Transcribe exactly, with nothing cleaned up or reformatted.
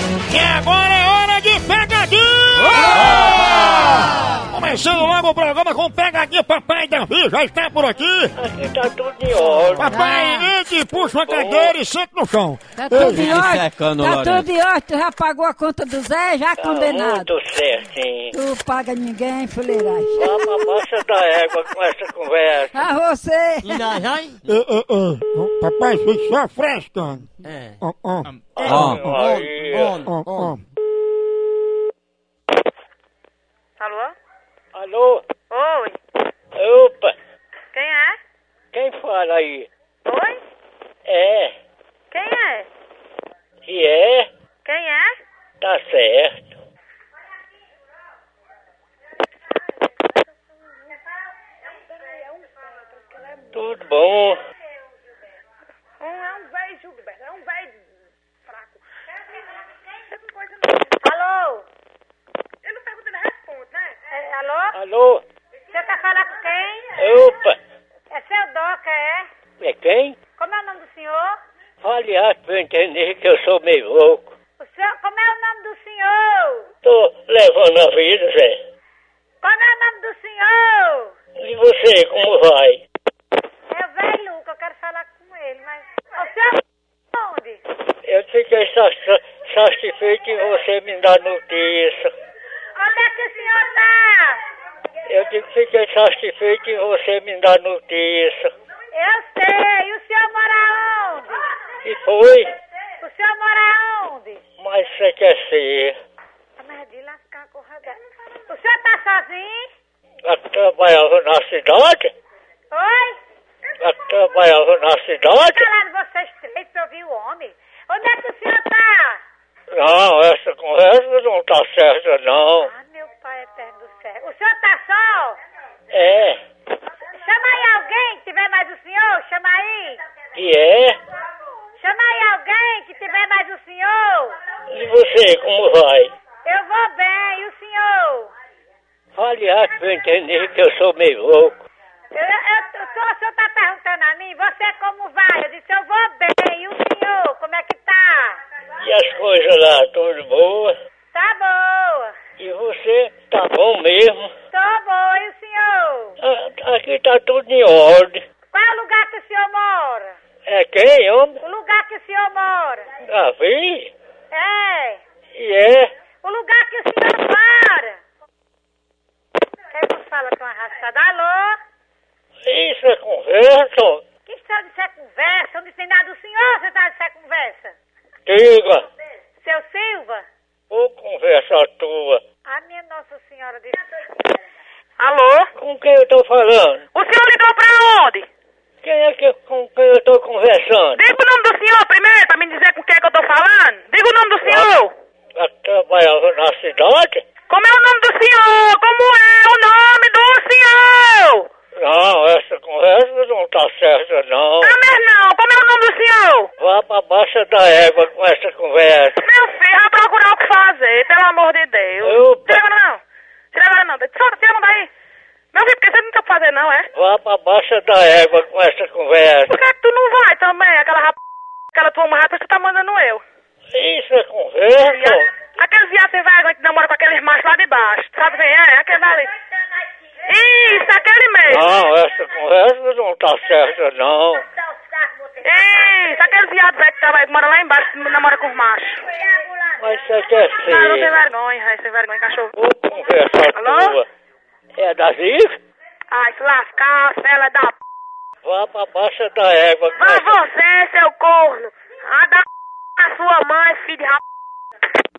E agora é hora de pegadinha! Começando logo o programa com pegadinha. Papai Davi já está por aqui. Aqui tá tudo em ordem. Papai, entre, puxa uma cadeira e senta no chão. Tá tudo em ordem? secando, Tá Lorena. tudo em ordem? Tu já pagou a conta do Zé? Já Tá condenado? muito certinho. Tu paga ninguém, fuleiragem. Vá pra baixa da égua com essa conversa. Ah, você! Ainda já? Ei, ei, ei. Papai, fica só frescando. É. Ó, ó, Ó, Aí, on, ó, ó. Alô? Alô? Oi? Opa, Quem é? quem fala aí? Oi? É, Quem é? e é, Quem é? tá certo. Tudo bom? Um, é um velho Gilberto, é um velho fraco. Alô? Eu não pergunto, ele responde, né? É, alô? Alô? Você tá falando com quem? Opa, É seu Doca, é? é quem? Como é o nome do senhor? Fale alto pra eu entender que eu sou meio louco. O senhor, como é o nome do senhor? Tô levando a vida, Zé. Como é o nome do senhor? E você, como vai? É o velho Luca, eu quero falar com ele, mas... O senhor onde? Eu fiquei sa- sa- satisfeito em você me dar notícia. Onde é que o senhor tá? Eu digo que fiquei satisfeito em você me dar notícia. Eu sei, e o senhor mora onde? E foi, O senhor mora onde? mas você quer ser. A merda de lascar a corrada. O senhor tá sozinho? Ela trabalhava na cidade? Oi? Ela trabalhava na cidade? Calando vocês três pra ouvir o homem. Onde é que o senhor tá? Não, essa conversa não tá certa, não. Ah, meu pai eterno do céu. O senhor tá só? É, Chama aí alguém que tiver mais o senhor, chama aí. e é? Chama aí alguém que tiver mais o senhor. E você, como vai? Eu vou bem, e o senhor? Fale alto pra eu entender que eu sou meio louco. Eu, eu, eu, o senhor, o senhor tá perguntando a mim, você como vai? Eu disse, eu vou bem, e o senhor, como é que tá? E as coisas lá, tudo boa? Tá boa. E você, tá bom mesmo? Tô boa, e o senhor? Ah, aqui tá tudo em ordem. Qual é o lugar que o senhor mora? É quem, homem? O lugar que o senhor mora? Davi? É. E é? O lugar que o senhor mora? Quem não fala tão arrastado? Alô? Isso é conversa? Que história de ser conversa? Onde tem nada do senhor, você tá de ser conversa? Diga, Seu Silva? ou conversa tua? A minha Nossa Senhora de... Alô? Com quem eu tô falando? O senhor ligou pra onde? Quem é que com quem eu tô conversando? Diga o nome do senhor primeiro, pra me dizer com quem é que eu tô falando. Diga o nome do senhor. Ela trabalhava na cidade? Como é o nome do senhor? Como é o nome do senhor? Não, essa conversa não tá certa, não. Ah, mas não. Como é o nome do senhor? Vá pra baixa da égua com essa conversa. Meu filho, vai procurar o que fazer, pelo amor de Deus. Opa. Tira agora não. Tira agora não. Tira, tira a mão daí. Meu filho, porque você não tem o que fazer não, é? Vá pra baixa da égua com essa conversa. Por que que tu não vai também? Aquela rap... Aquela tua mulher, você tá mandando eu. Isso é conversa? Aquele viado sem vergonha que namora com aqueles machos lá de baixo. Sabe quem é? Aquele ali. Isso, aquele mesmo. Não, essa conversa não tá certa, não. Isso, aquele viado velho que, trabalha, que mora lá embaixo, que namora com os machos. Mas você quer Ah, não tem ser. vergonha, velho, sem vergonha, cachorro. Ou conversa Alô? tua. É da Zica? Ai, se lascar, fela da p... Vá pra baixa da égua com Vai essa... você, seu corno. Ah, da p... a sua mãe, filho de rap...